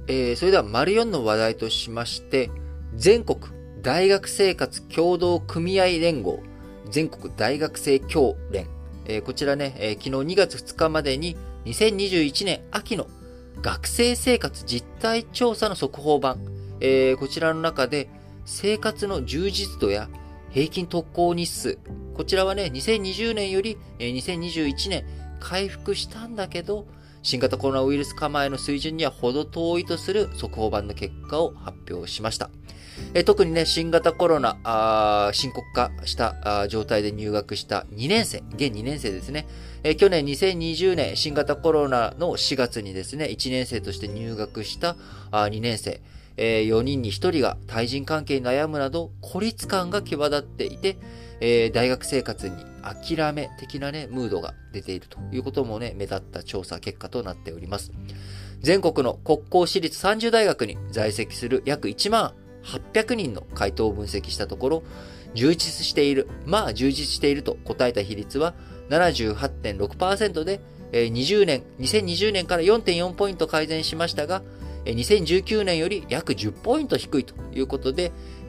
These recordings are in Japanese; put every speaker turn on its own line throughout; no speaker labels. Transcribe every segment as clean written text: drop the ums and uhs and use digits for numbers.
それでは、丸4の話題としまして、全国大学生活協同組合連合、全国大学生協連、こちらね、昨日2月2日までに2021年秋の学生生活実態調査の速報版、こちらの中で生活の充実度や平均特攻日数、こちらはね、2020年より2021年回復したんだけど、新型コロナウイルス化前の水準には程遠いとする速報版の結果を発表しました。特にね、新型コロナ深刻化した状態で入学した2年生、現2年生ですね。去年2020年新型コロナの4月にですね、1年生として入学した2年生、4人に1人が対人関係に悩むなど孤立感が際立っていて、大学生活に諦め的なね、ムードが出ているということもね、目立った調査結果となっております。全国の国公私立30大学に在籍する約1万800人の回答を分析したところ、充実していると答えた比率は 78.6% で、2020年から 4.4 ポイント改善しましたが、2019年より約10ポイント低いということで、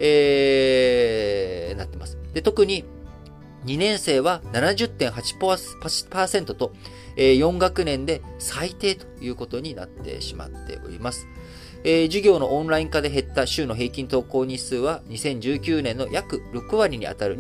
なってます。で、特に2年生は 70.8% と、4学年で最低ということになってしまっております。授業のオンライン化で減った週の平均登校日数は2019年の約6割に当たる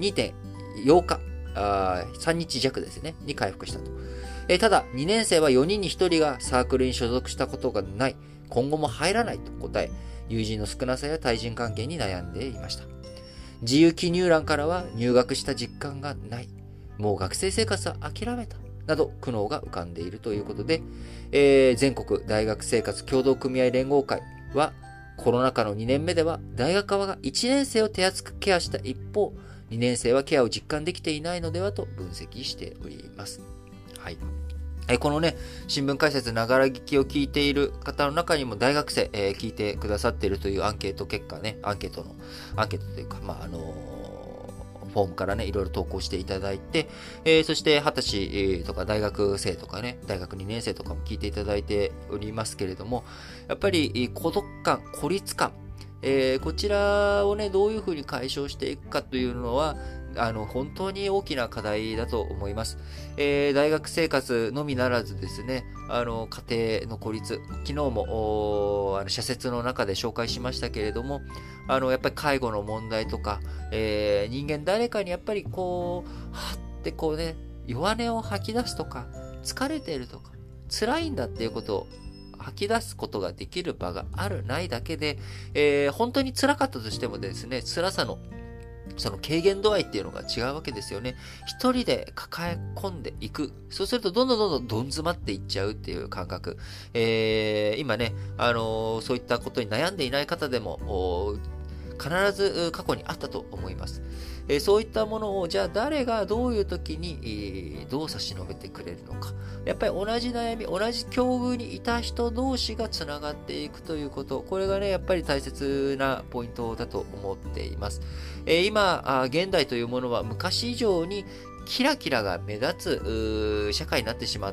2.8 日、3日弱ですね、に回復したと。ただ、2年生は4人に1人がサークルに所属したことがない、今後も入らないと答え、友人の少なさや対人関係に悩んでいました。自由記入欄からは入学した実感がない、もう学生生活は諦めた、など苦悩が浮かんでいるということで、全国大学生活協同組合連合会は、コロナ禍の2年目では大学側が1年生を手厚くケアした一方、2年生はケアを実感できていないのではと分析しております。はい。このね、新聞解説ながら聞きを聞いている方の中にも大学生、聞いてくださっているというアンケート結果ね、アンケートというか、フォームからね、いろいろ投稿していただいて、そして20歳とか大学生とかね、大学2年生とかも聞いていただいておりますけれども、やっぱり孤独感、孤立感、こちらをね、どういうふうに解消していくかというのは、本当に大きな課題だと思います。大学生活のみならずですね、家庭の孤立、昨日も、社説の中で紹介しましたけれども、やっぱり介護の問題とか、人間誰かにやっぱりこう、はってこうね、弱音を吐き出すとか、疲れているとか、辛いんだっていうことを吐き出すことができる場があるないだけで、本当に辛かったとしてもですね、辛さのその軽減度合いっていうのが違うわけですよね。一人で抱え込んでいく。そうするとどんどんどん詰まっていっちゃうっていう感覚。今ね、そういったことに悩んでいない方でも、必ず過去にあったと思います。そういったものを、じゃあ誰がどういう時に、どう差し伸べてくれるのか。やっぱり同じ悩み、同じ境遇にいた人同士がつながっていくということ。これがね、やっぱり大切なポイントだと思っています。今、現代というものは昔以上にキラキラが目立つ社会になってしまって、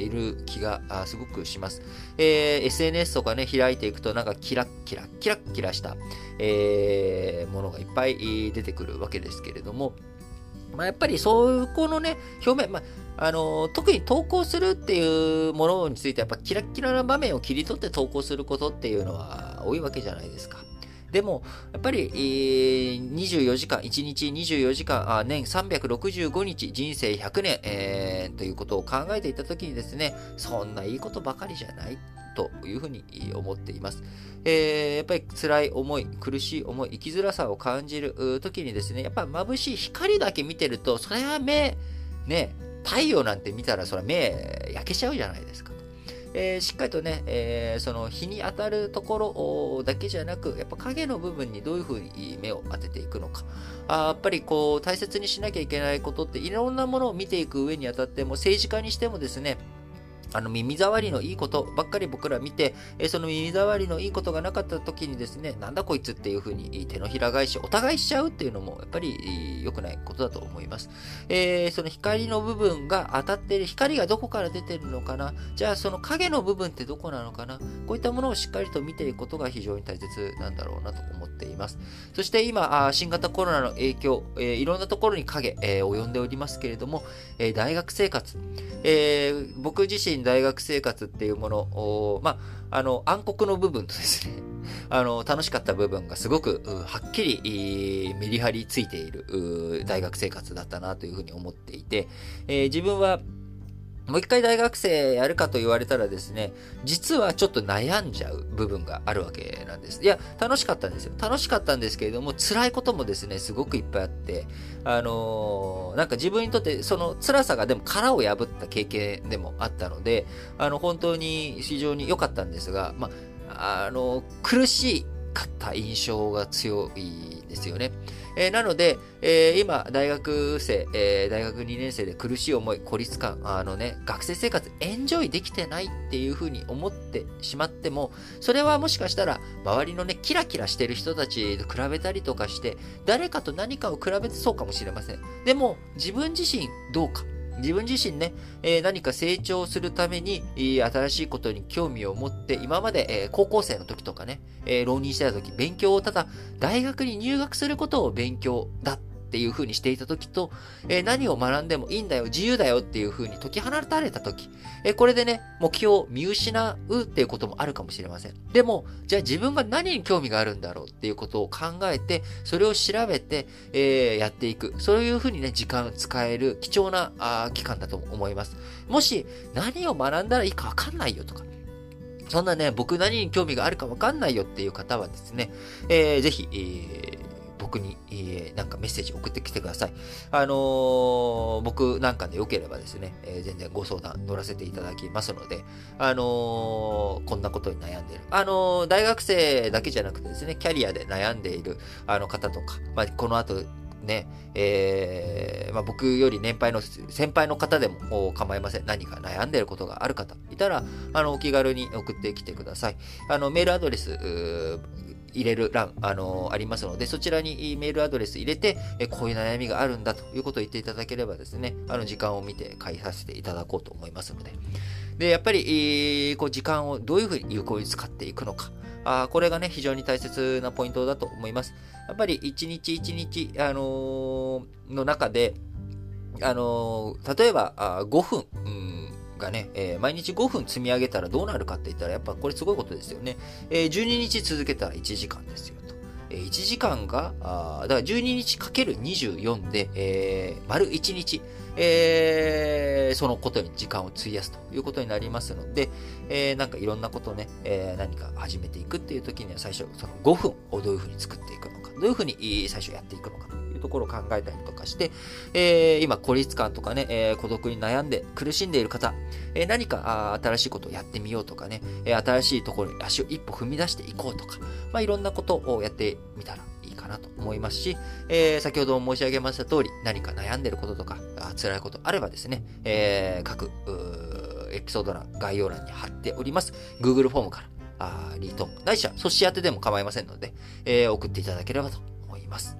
いる気がすごくします。SNS とかね、開いていくとなんかキラッキラした、ものがいっぱい出てくるわけですけれども、やっぱりそこのね、表面、特に投稿するっていうものについてやっぱキラッキラな場面を切り取って投稿することっていうのは多いわけじゃないですか。でも、やっぱり、24時間、1日24時間、年365日、人生100年、ということを考えていたときにですね、そんないいことばかりじゃないというふうに思っています。やっぱり辛い思い、苦しい思い、生きづらさを感じるときにですね、やっぱり眩しい光だけ見てると、それは目、ね、太陽なんて見たらそれは目焼けちゃうじゃないですか。しっかりとね、その日に当たるところだけじゃなく、やっぱ影の部分にどういうふうに目を当てていくのか。やっぱりこう大切にしなきゃいけないことっていろんなものを見ていく上にあたっても、政治家にしてもですね、 耳障りのいいことばっかり僕ら見て、その耳障りのいいことがなかった時にですね、なんだこいつっていう風に手のひら返し、お互いしちゃうっていうのも、やっぱり良くないことだと思います。その光の部分が当たっている、光がどこから出てるのかな、じゃあその影の部分ってどこなのかな、こういったものをしっかりと見ていくことが非常に大切なんだろうなと思っています。そして今、新型コロナの影響、いろんなところに影、及んでおりますけれども、大学生活、僕自身大学生活っていうもの、暗黒の部分とですね、楽しかった部分がすごく、はっきり、メリハリついている、大学生活だったなというふうに思っていて、自分は、もう一回大学生やるかと言われたらですね、実はちょっと悩んじゃう部分があるわけなんです。いや、楽しかったんですよ。楽しかったんですけれども、辛いこともですね、すごくいっぱいあって、なんか自分にとってその辛さがでも殻を破った経験でもあったので、本当に非常に良かったんですが、苦しかった印象が強いですよね。なので、今、大学生、大学2年生で苦しい思い、孤立感、学生生活エンジョイできてないっていうふうに思ってしまっても、それはもしかしたら、周りのね、キラキラしてる人たちと比べたりとかして、誰かと何かを比べてそうかもしれません。でも、自分自身どうか。自分自身ね、何か成長するために、新しいことに興味を持って、今まで、高校生の時とかね、浪人してた時、勉強をただ、大学に入学することを勉強だっていう風にしていた時と、何を学んでもいいんだよ、自由だよっていう風に解き放たれた時、これでね、目標を見失うっていうこともあるかもしれません。でも、じゃあ自分が何に興味があるんだろうっていうことを考えて、それを調べて、やっていく。そういう風にね、時間を使える貴重な期間だと思います。もし、何を学んだらいいかわかんないよとか、そんなね、僕何に興味があるかわかんないよっていう方はですね、ぜひ、僕に、なんかメッセージ送ってきてください。僕なんかで良ければですね、全然ご相談乗らせていただきますので、こんなことに悩んでいる。大学生だけじゃなくてですね、キャリアで悩んでいる方とか、この後、ね、僕より先輩の方でも構いません。何か悩んでいることがある方いたら、お気軽に送ってきてください。メールアドレス、入れる欄、ありますので、そちらにメールアドレス入れて、こういう悩みがあるんだということを言っていただければですね、時間を見て返させていただこうと思いますので。で、やっぱり、時間をどういうふうに有効に使っていくのか。これがね、非常に大切なポイントだと思います。やっぱり、一日一日、の中で、例えば、5分、がね、毎日5分積み上げたらどうなるかって言ったら、やっぱこれすごいことですよね。12日続けたら1時間ですよと。1時間が、だから12日かける24で、丸1日、そのことに時間を費やすということになりますので、なんかいろんなことをね、何か始めていくっていう時には最初、その5分をどういうふうに作っていくのか、どういうふうに最初やっていくのかというところを考えたりとかして、今孤立感とかね、孤独に悩んで苦しんでいる方、何か新しいことをやってみようとかね、新しいところに足を一歩踏み出していこうとか、いろんなことをやってみたらいいかなと思いますし、先ほども申し上げました通り、何か悩んでいることとか、辛いことあればですね、各エピソード欄、概要欄に貼っております。Google フォームから、リートン、ないしは、そし当てでも構いませんので、送っていただければと思います。